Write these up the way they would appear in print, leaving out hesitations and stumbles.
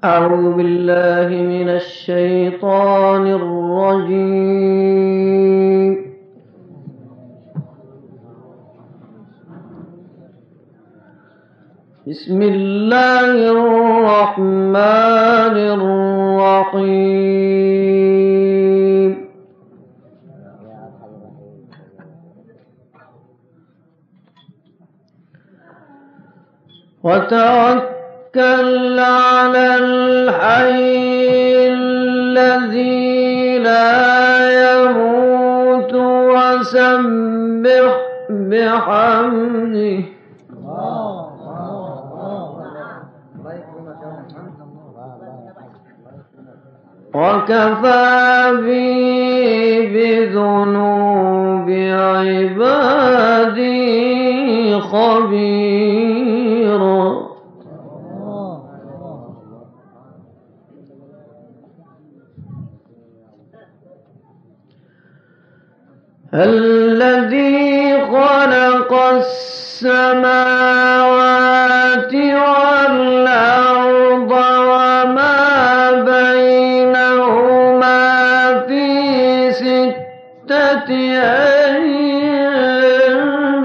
أعوذ بالله من الشيطان الرجيم. بسم الله الرحمن الرحيم. وتوكل على الحي الذي لا يموت وسبح بحمده وكفى به بذنوب عباده خبيرا. الذي خلق السماوات والأرض وما بينهما في 6 أيام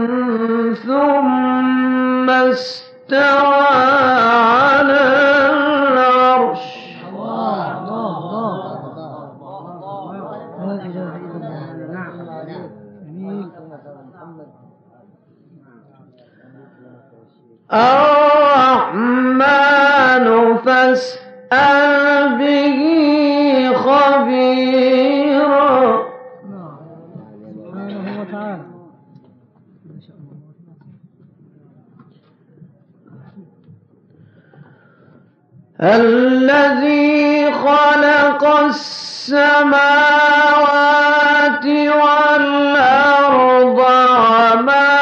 ثم استوى على العرش. الرحمن فاسأل به خبيرا. سبحانه وتعالى. الذي خلق السماوات والأرض وما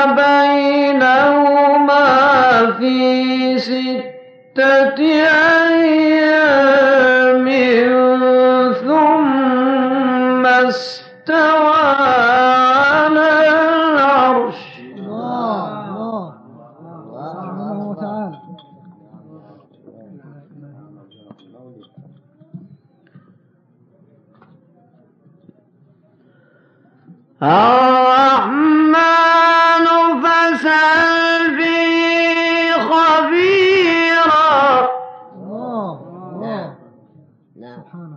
بينهما في 6 أيام ثم استوى على العرش. سبحانه وتعالى. الرحمن فاسأل به خبيرا. سبحانه.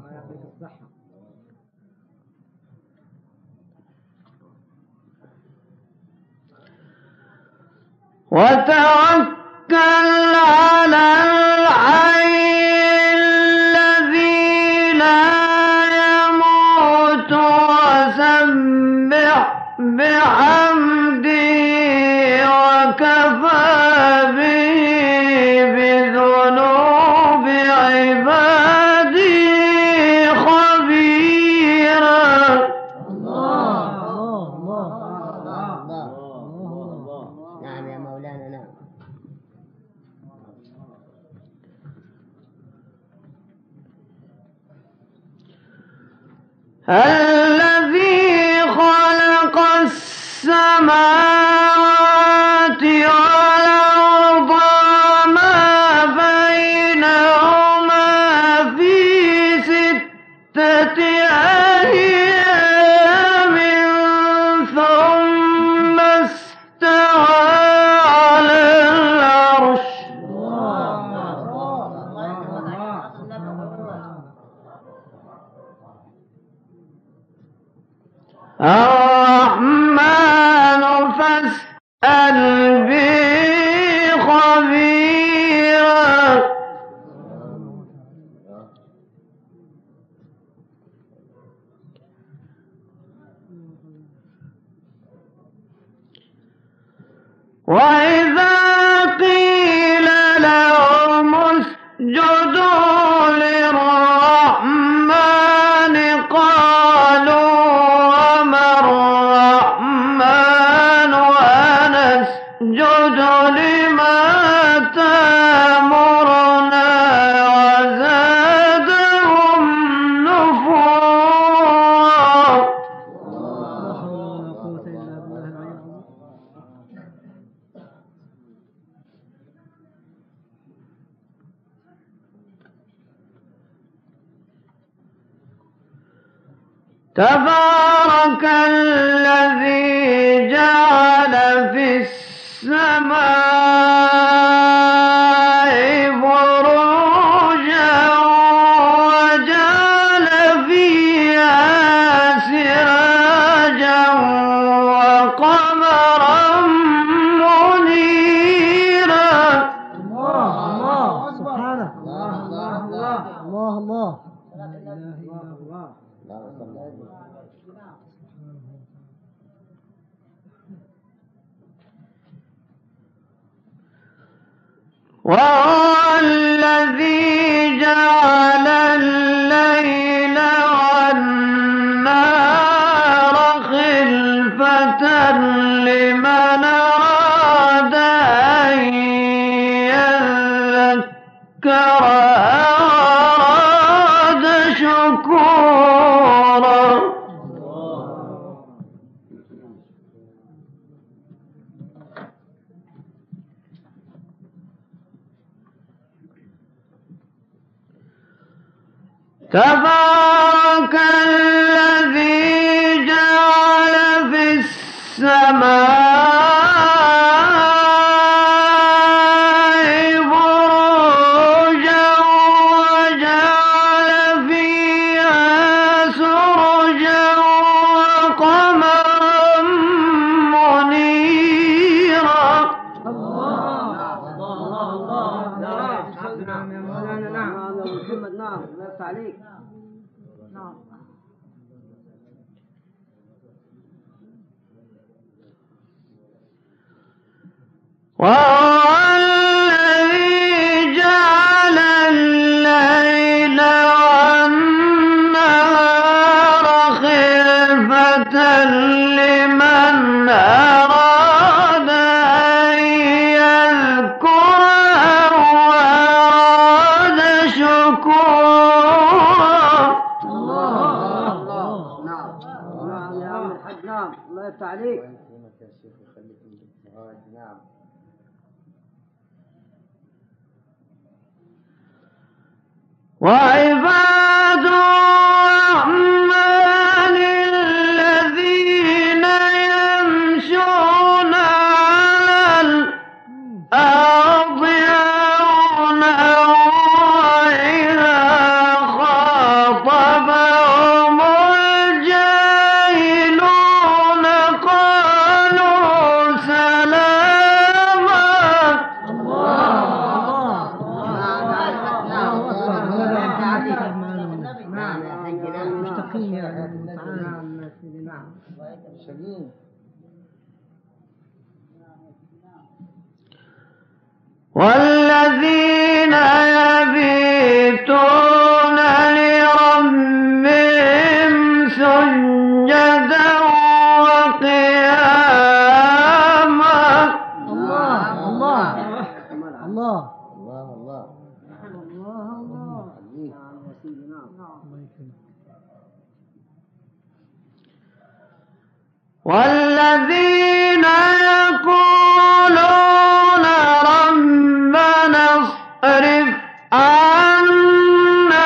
وتوكل على الحي الذي لا يموت وسبح بحمده وكفى به بذنوب عباده خبيرا. نعم يا مولانا. نعم. الذي خلق السماوات والأرض وما بينهما في 6 أيام ثم استوى على العرش. الرحمن فاسأل به خبيرا. وإذا قيل لهم اسجدوا للرحمن قالوا وما الرحمن ونسجد لما تأمرنا وزادهم نفورا. تبارك الذي جعل في السماء بروجا وجعل فيها سراجا وقمرا منيرا. الله سبحانه. الله وهو الذي جعل الليل والنهار خلفة لمن أراد أن يذكر أراد شكورا. تبارك الذي جعل في السماء بروجا وجعل فيها سرجا وقمرا منيرا. وهو الذي جعل الليل والنهار خلفة لمن أراد أن يذكر أو أراد شكورا. نعم الله يفتح عليك. وعباد الرحمن الذين يمشون على الأرض هونا وإذا خاطبهم الجاهلون قالوا سلاما. والذين يبيتون لربهم سجدا وقياما. الله الله الله والذين يقولون ربنا اصرف عنا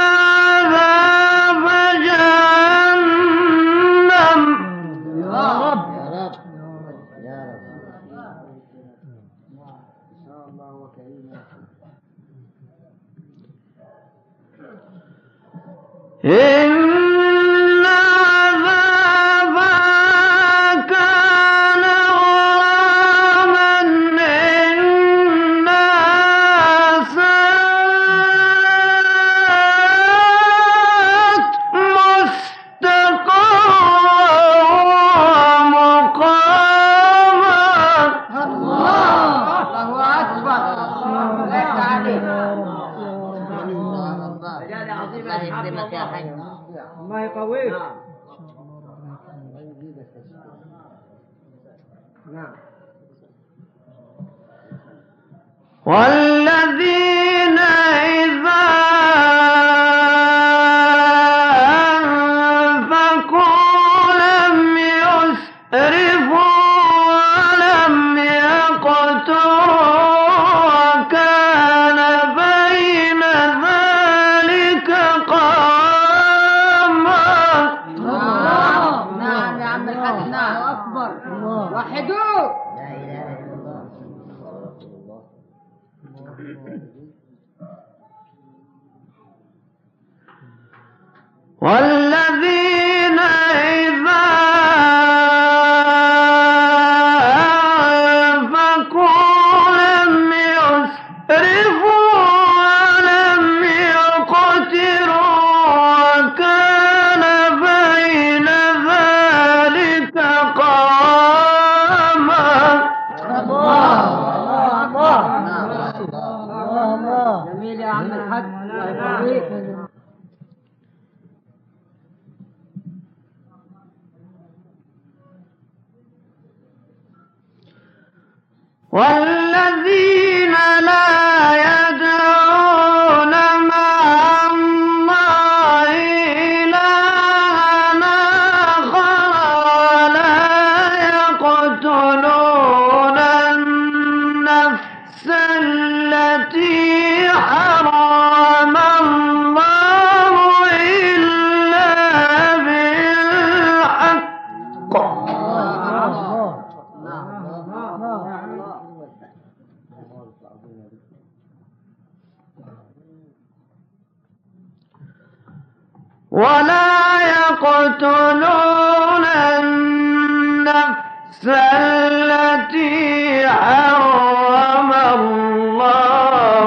عذاب جهنم. يا رب يا رب يا رب إن شاء الله وكريم. إن عذابها كان غراما إنها ساءت مستقرا ومقاما. الله أكبر. الله يفتح عليك. الله يكرمك يا حي. الله يقويك. نعم. والذين إذا أنفقوا لم يسرفوا ولم يقتروا وكان بين ذلك قواما. والذين إذا أنفقوا لم يسرفوا ولم يقتروا وكان بين ذلك قواما. الله جميل يا عم الحاج. والذين لا يدعون مع الله إلها آخر ولا يقتلون النفس التي حرم الله إلا بالحق. ولا يقتلون النفس التي حرم الله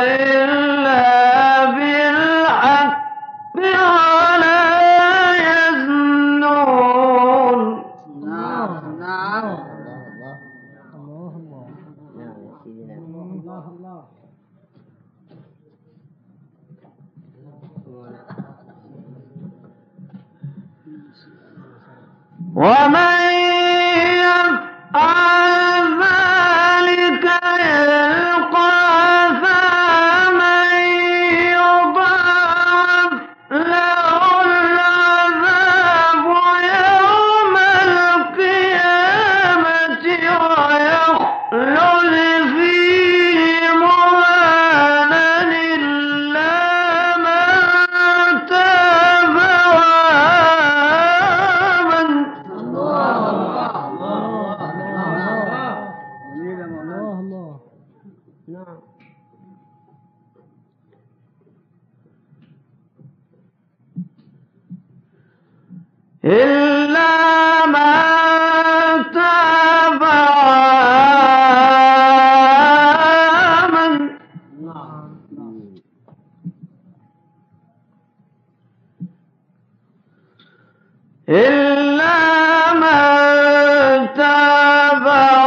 إلا بالحق ولا يزنون. ومن يفعل ذلك يلقى أثاما يضاعف له العذاب يوم القيامة ويخلد فيه مهانا إلا من تاب وآمن. إلا من تاب وآمن. إلا من تاب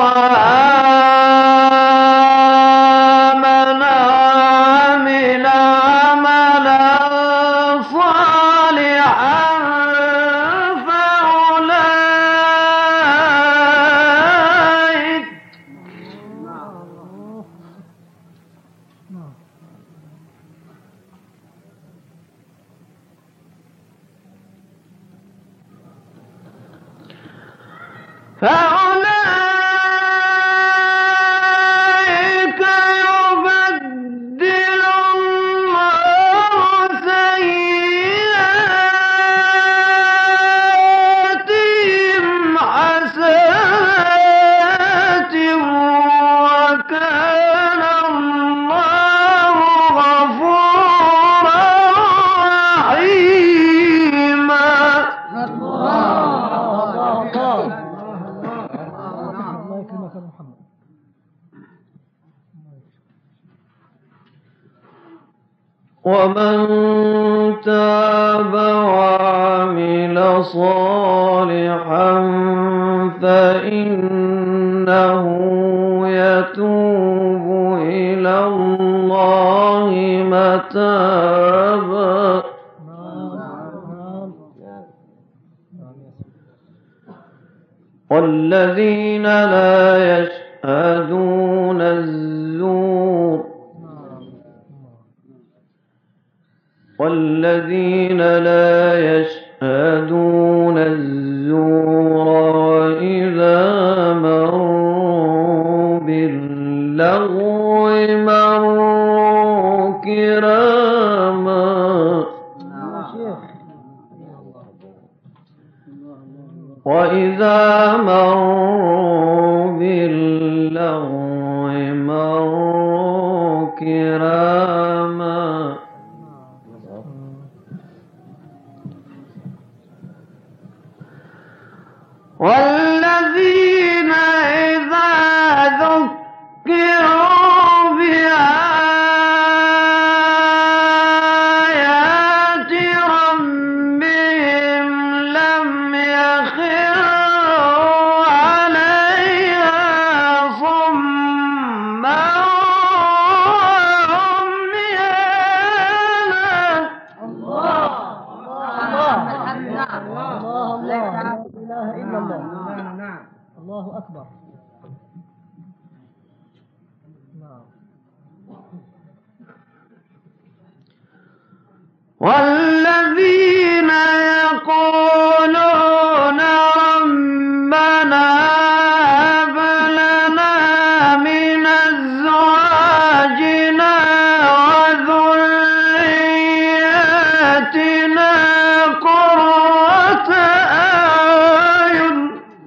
وآمن وعمل عملا صالحا فأولئك يبدل الله سيئاتهم حسنات وكان الله غفورا رحيما. ومن تاب وعمل صالحا فإنه يتوب إلى الله متابا. والذين لا يشهدون الزور والذين لا يشهدون الزور وإذا مروا باللغو مروا كراما. وإذا مروا باللغو مروا كراما والذين إذا ذكروا بآيات ربهم لم يخروا عليها صما وعميانا. الله الله لا إله إلا الله. الله أكبر. والذين يقولون ربنا هب لنا من أزواجنا وذرياتنا قرة أعين.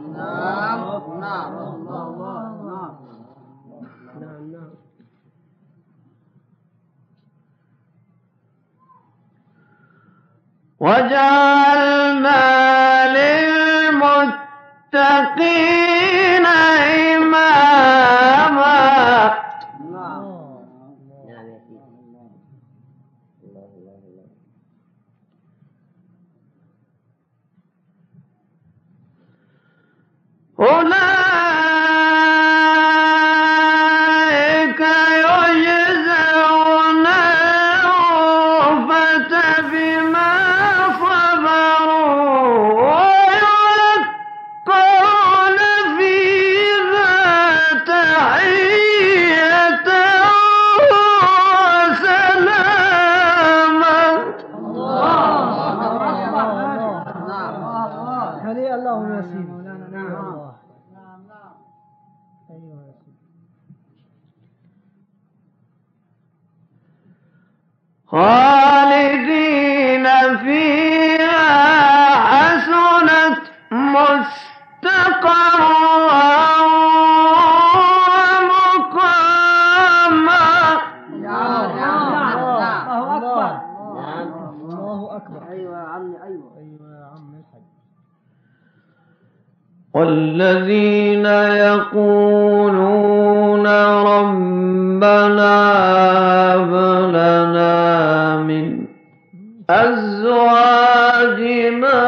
وجعلنا للمتقين إماما. أولئك يجزون الغرفة بما صبروا ويلقون فيها تحية وسلاما. هنيئا لهم يا سيدي. خالدين فيها حسنت مستقرا ومقاما. الله أكبر. أيوة يا عمي. أيوة يا عم الحاج. والذين يقولون ربنا هب لنا من أزواجنا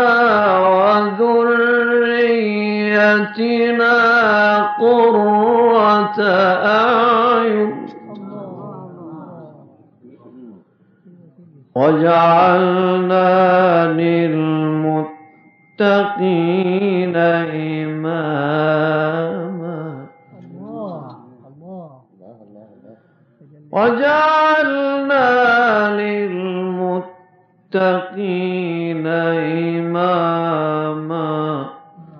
وذريتنا قرة أعين وجعلنا للمتقين إماما. وجعلنا للمتقين إماما.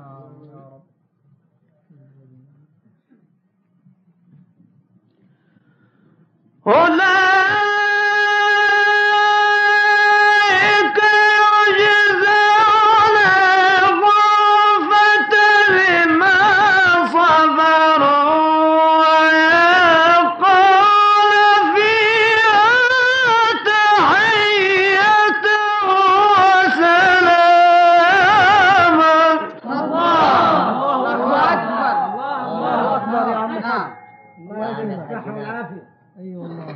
أولئك يجزون الغرفة بما صبروا ويلقون فيها تحية وسلاما. الله أكبر يا عم الحاج. الله يديم الصحة والعافية. أيوة والله.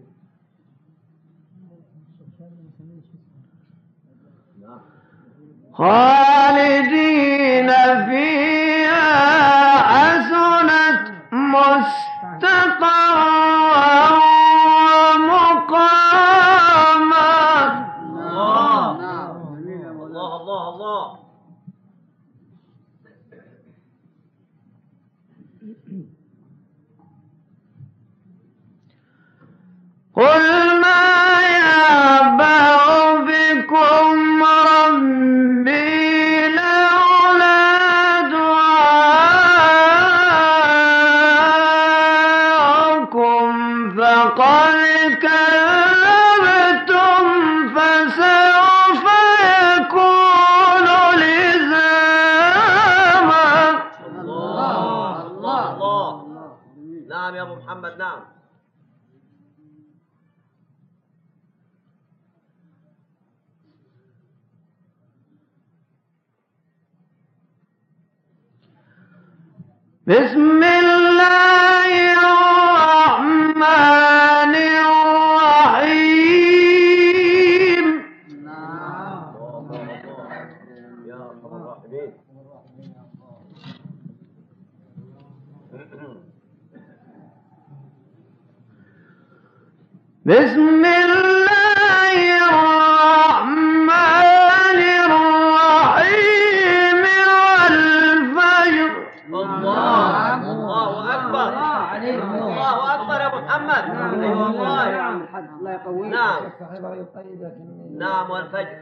خالدين فيها حسنت مستقرا ومقاما. الله الله الله. قل ما يعبأ بكم ربي لولا دعاؤكم فقد كذبتم فسوف يكون لزاما. الله الله الله. نعم يا أبو محمد. نعم. بسم الله الرحمن الرحيم بسم الله الرحمن الرحيم والفجر الله أكبر الله أكبر يا أبو محمد. أيوة والله. نعم نعم والفجر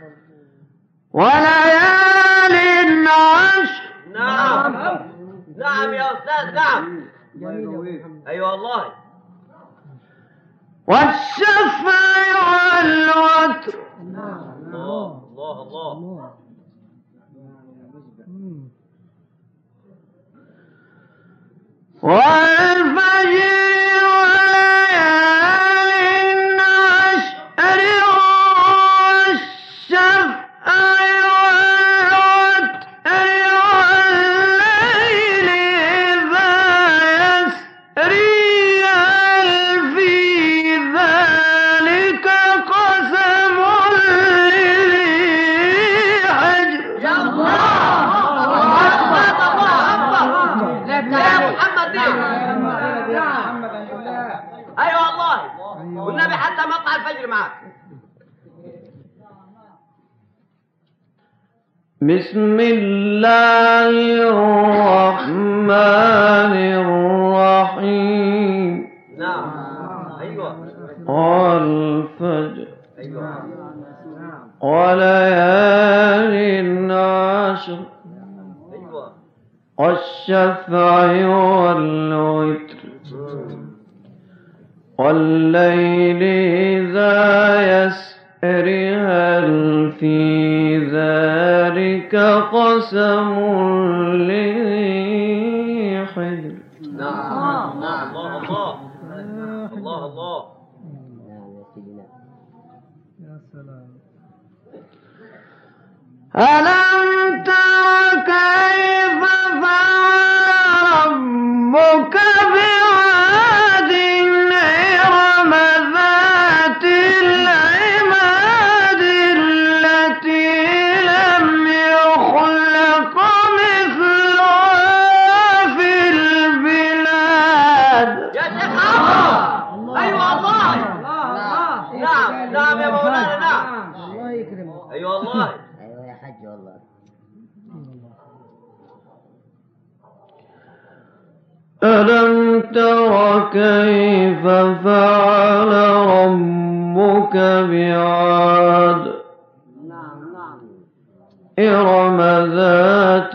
وليال عشر. نعم نعم يا أستاذ. نعم أيوة والله. والشفع والوتر. الله الله الله. والفجر وليال عشر والشفع والوتر والليل إذا يسري هل في ذلك قسم لذي حجر. يا الله يا محمد دي. أيوة والله. والنبي حتى مقطع الفجر معك. بسم الله الرحمن الرحيم. نعم أيوة والفجر أيوة وليال عشر أيوة والشفع والوتر والليل إذا يسر هل في ذلك قسم لذي حجر. نعم نعم الله الله الله الله. ألم تر كيف فعل ربك بعاد إرم ذات العماد التي لم يخلق مثلها في البلاد. يا شيخ عمرو. أيوة والله. نعم نعم يا مولانا. نعم الله يكرمك. أيوة والله. أيوة يا حج والله. ألم تر كيف فعل ربك بعاد إرم ذات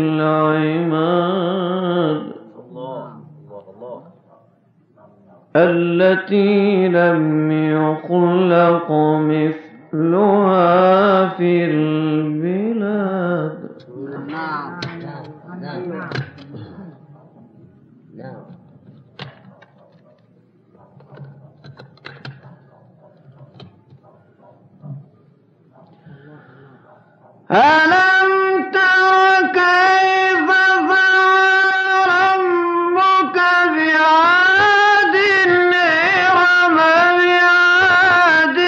العماد الله الله الله. التي لم يخلق مثلها في البلاد. نعم نعم نعم. ألم تر كيف فعل ربك بعاد إرم بعاد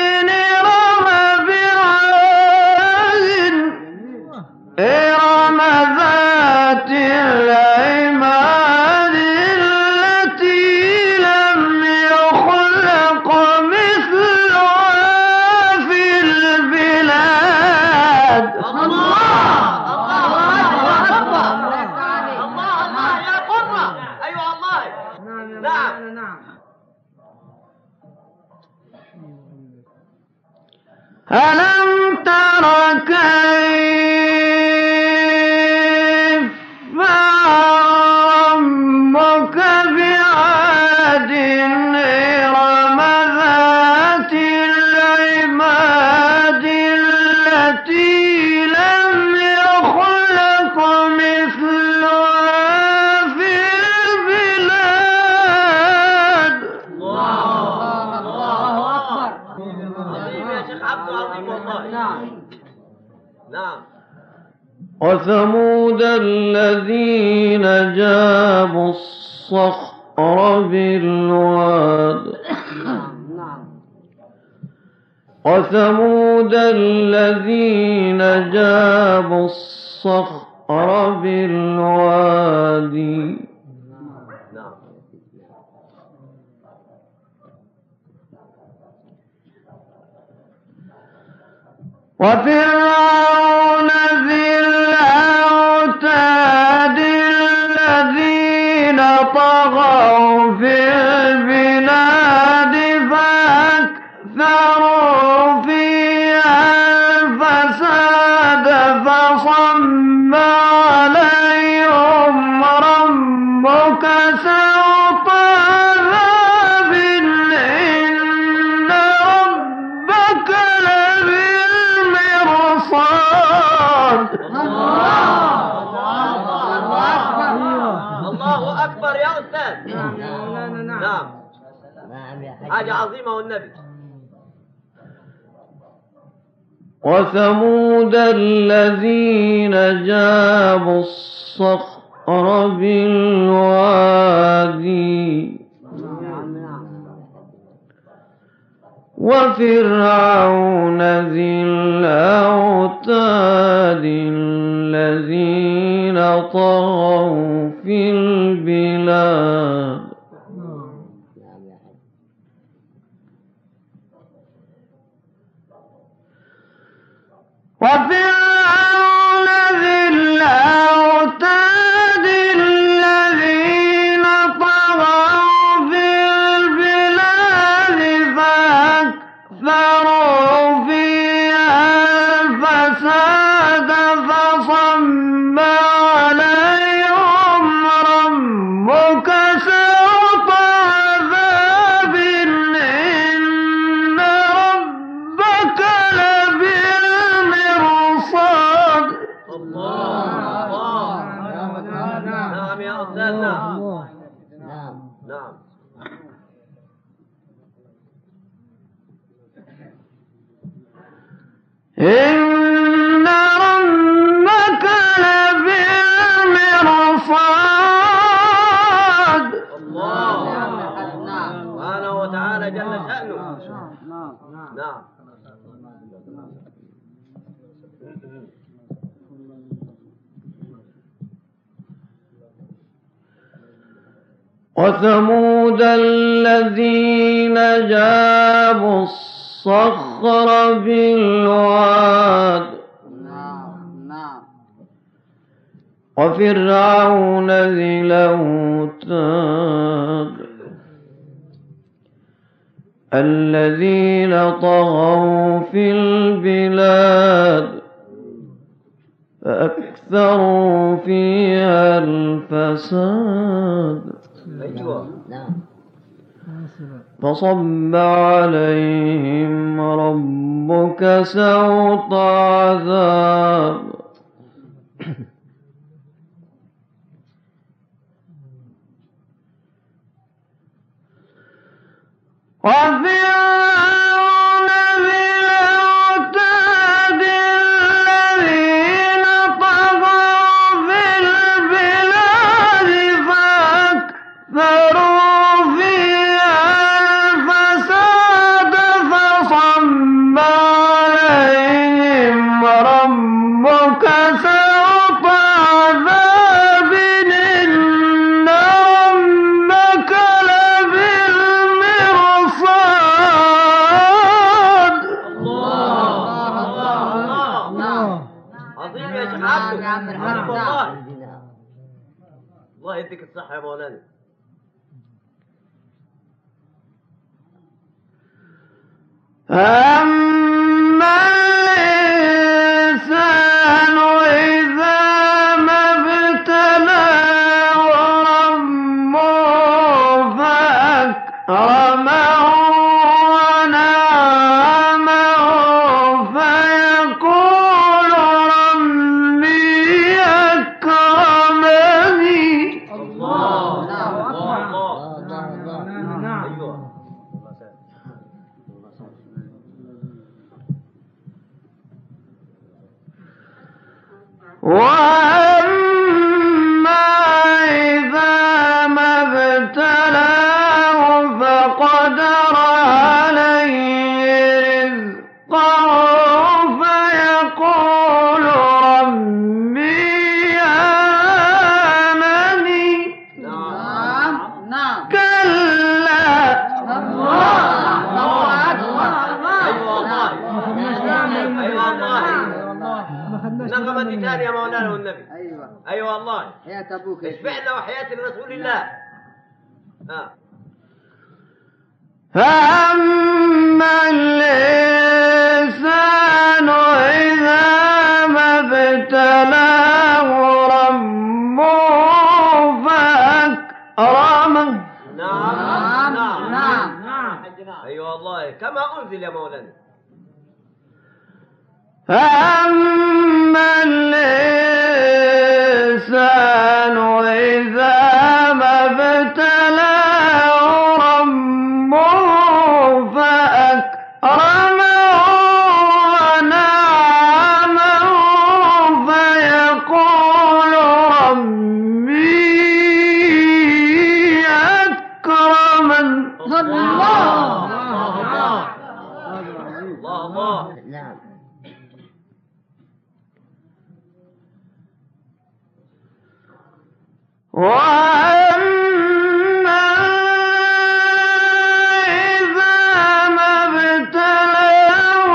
إرم ذات العماد التي لم يخلق مثلها في البلاد. الله يا قرة. أيوة والله. نعم ألم تر كيف فعل ربك بعاد إرم ذات العماد التي لم يخلق مثلها في البلاد. الله أكبر. عظيم يا شيخ عبد. عظيم والله. نعم نعم. وثمود الذين جابوا الصخر بالواد وثمود الذين جابوا الصخر بالوادي وفرعون ذي الأوتاد الذين طغوا في البلاد فأكثروا فيها الفساد فصب عليهم ربك سوط عذاب إن ربك لبالمرصاد. الله أكبر يا أستاذ. نعم حاجة عظيمة والنبي. وثمود الذين جابوا الصخر بالوادي وفرعون ذي الأوتاد الذين طغوا في البلاد وفرعون ذي الأوتاد الذين طغوا في البلاد فأكثروا فيها الفساد فصب عليهم ربك سوط عذاب إن ربك لبالمرصاد. نعم يا أستاذنا. نعم إن ربك لبالمرصاد. سبحانه وتعالى جل شأنه. نعم وثمود الذين جابوا الصخر بالواد وفرعون ذي الأوتاد الذين طغوا في البلاد فأكثروا فيها الفساد فصب عليهم ربك سوط عذاب وفرعون ذي الأوتاد الذين طغوا في البلاد فأكثروا فيها الفساد فصب عليهم ربك سوط عذاب إن ربك لبالمرصاد. عظيم يا شيخ عبده. والله الله يديك الصحة يا مولانا. أما الإنسان إذا ما ابتلاه ربه فأكرمه ونعمه فيقول ربي أكرمني. وأما إذا ما ابتلاه فقدر عليه رزقه فيقول ربي أهانني نعم كلا نغمة ثانية يا مولانا والنبي. ايوه ايوه والله. حياة ابوك اشفعنا وحياة رسول الله. فأما الإنسان إذا ما ابتلاه ربه فأكرمه نعم نعم ايوه والله كما انزل يا مولانا. فأما الإنسان إذا ما ابتلاه ربه فأكرمه ونعمه فيقول ربي أكرمن الله. نعم وأما إذا ما ابتلاه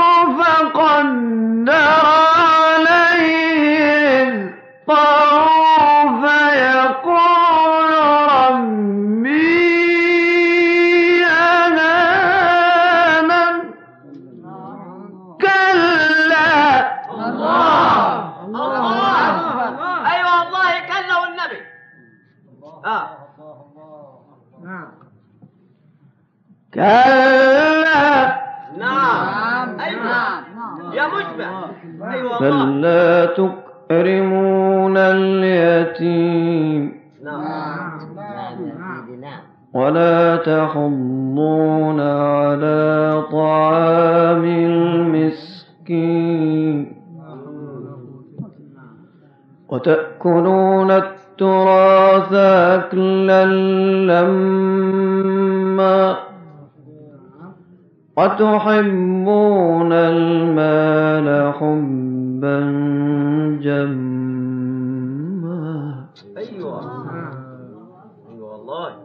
فقدر عليه رزقه فيقول ربي أهانن كلا ايوه والله كلا والنبي. كلا نعم ايوه يا مشبع. ايوه والله. كلا تكرمون اليتيم نعم ولا تحضون على طعام المسكين وتأكلون التراث أكلا لما وتحبون المال حبا جما ايوه والله.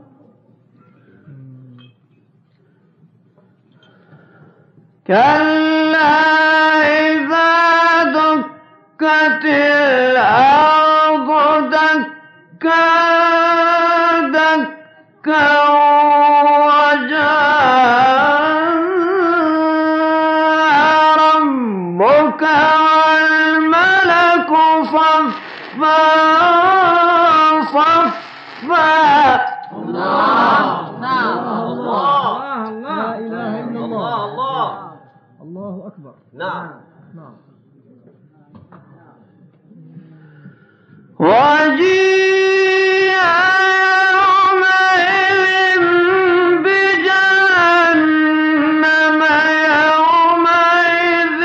كلا إذا دكت الأرض دكا دكا وجاء ربك والملك صفا صفا الله. لا إله إلا الله. الله. الله أكبر. نعم. وجيء يومئذ بجهنم يومئذ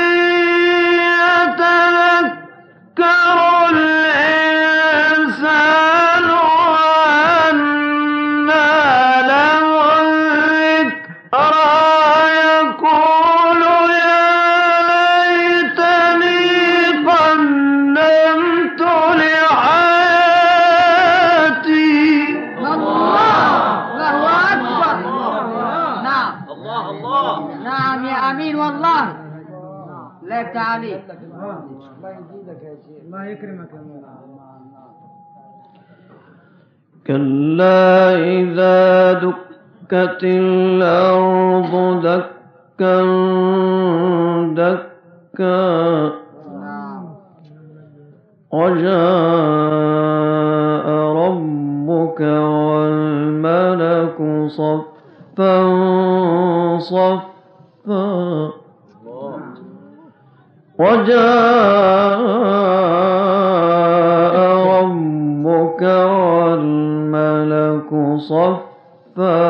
يتذكر الإنسان وأنى له الذكرى يقول يا ليتني قدمت لحياتي الله أكبر. نعم الله. نعم يا أمين والله. لا تعالي. الله يكرمك يا مولانا. كلا إذا دكت الأرض دكا دكا وجاء ربك والملك صفا صفا وجاء ربك والملك صفا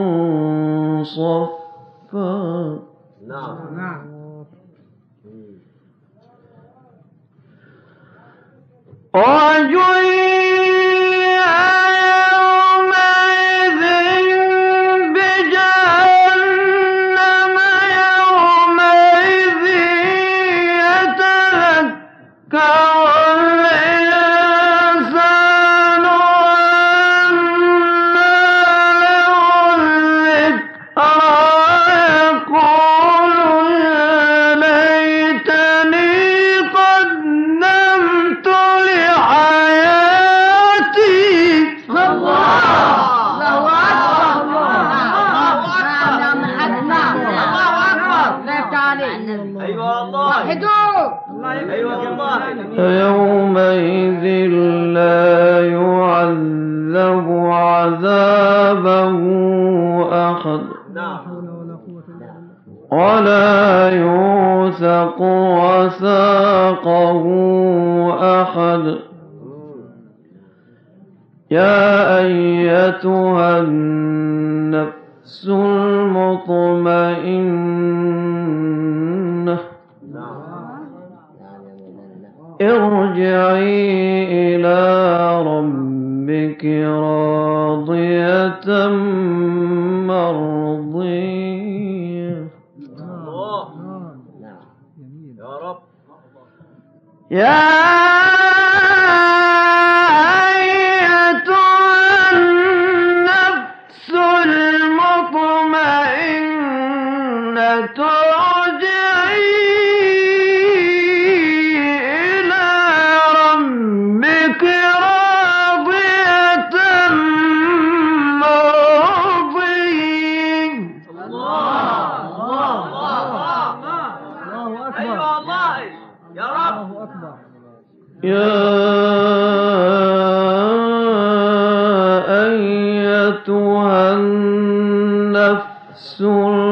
صفا نعم. فيومئذ لا يعذب عذابه أحد ولا يوثق وثاقه أحد يا أيتها النفس المطمئنة ارجعي إلى ربك راضية مرضية يا رب يا أيتها النفس المطمئنة يا أيتها النفس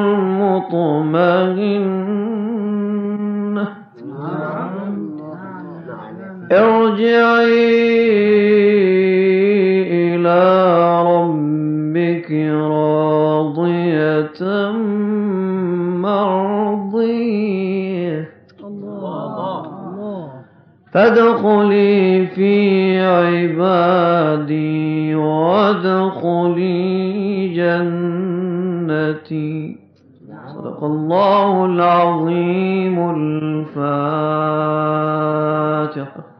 المطمئنة ارجعي إلى ربك راضية مرضية فادخلي في عبادي وادخلي جنتي. صدق الله العظيم. الفاتحة.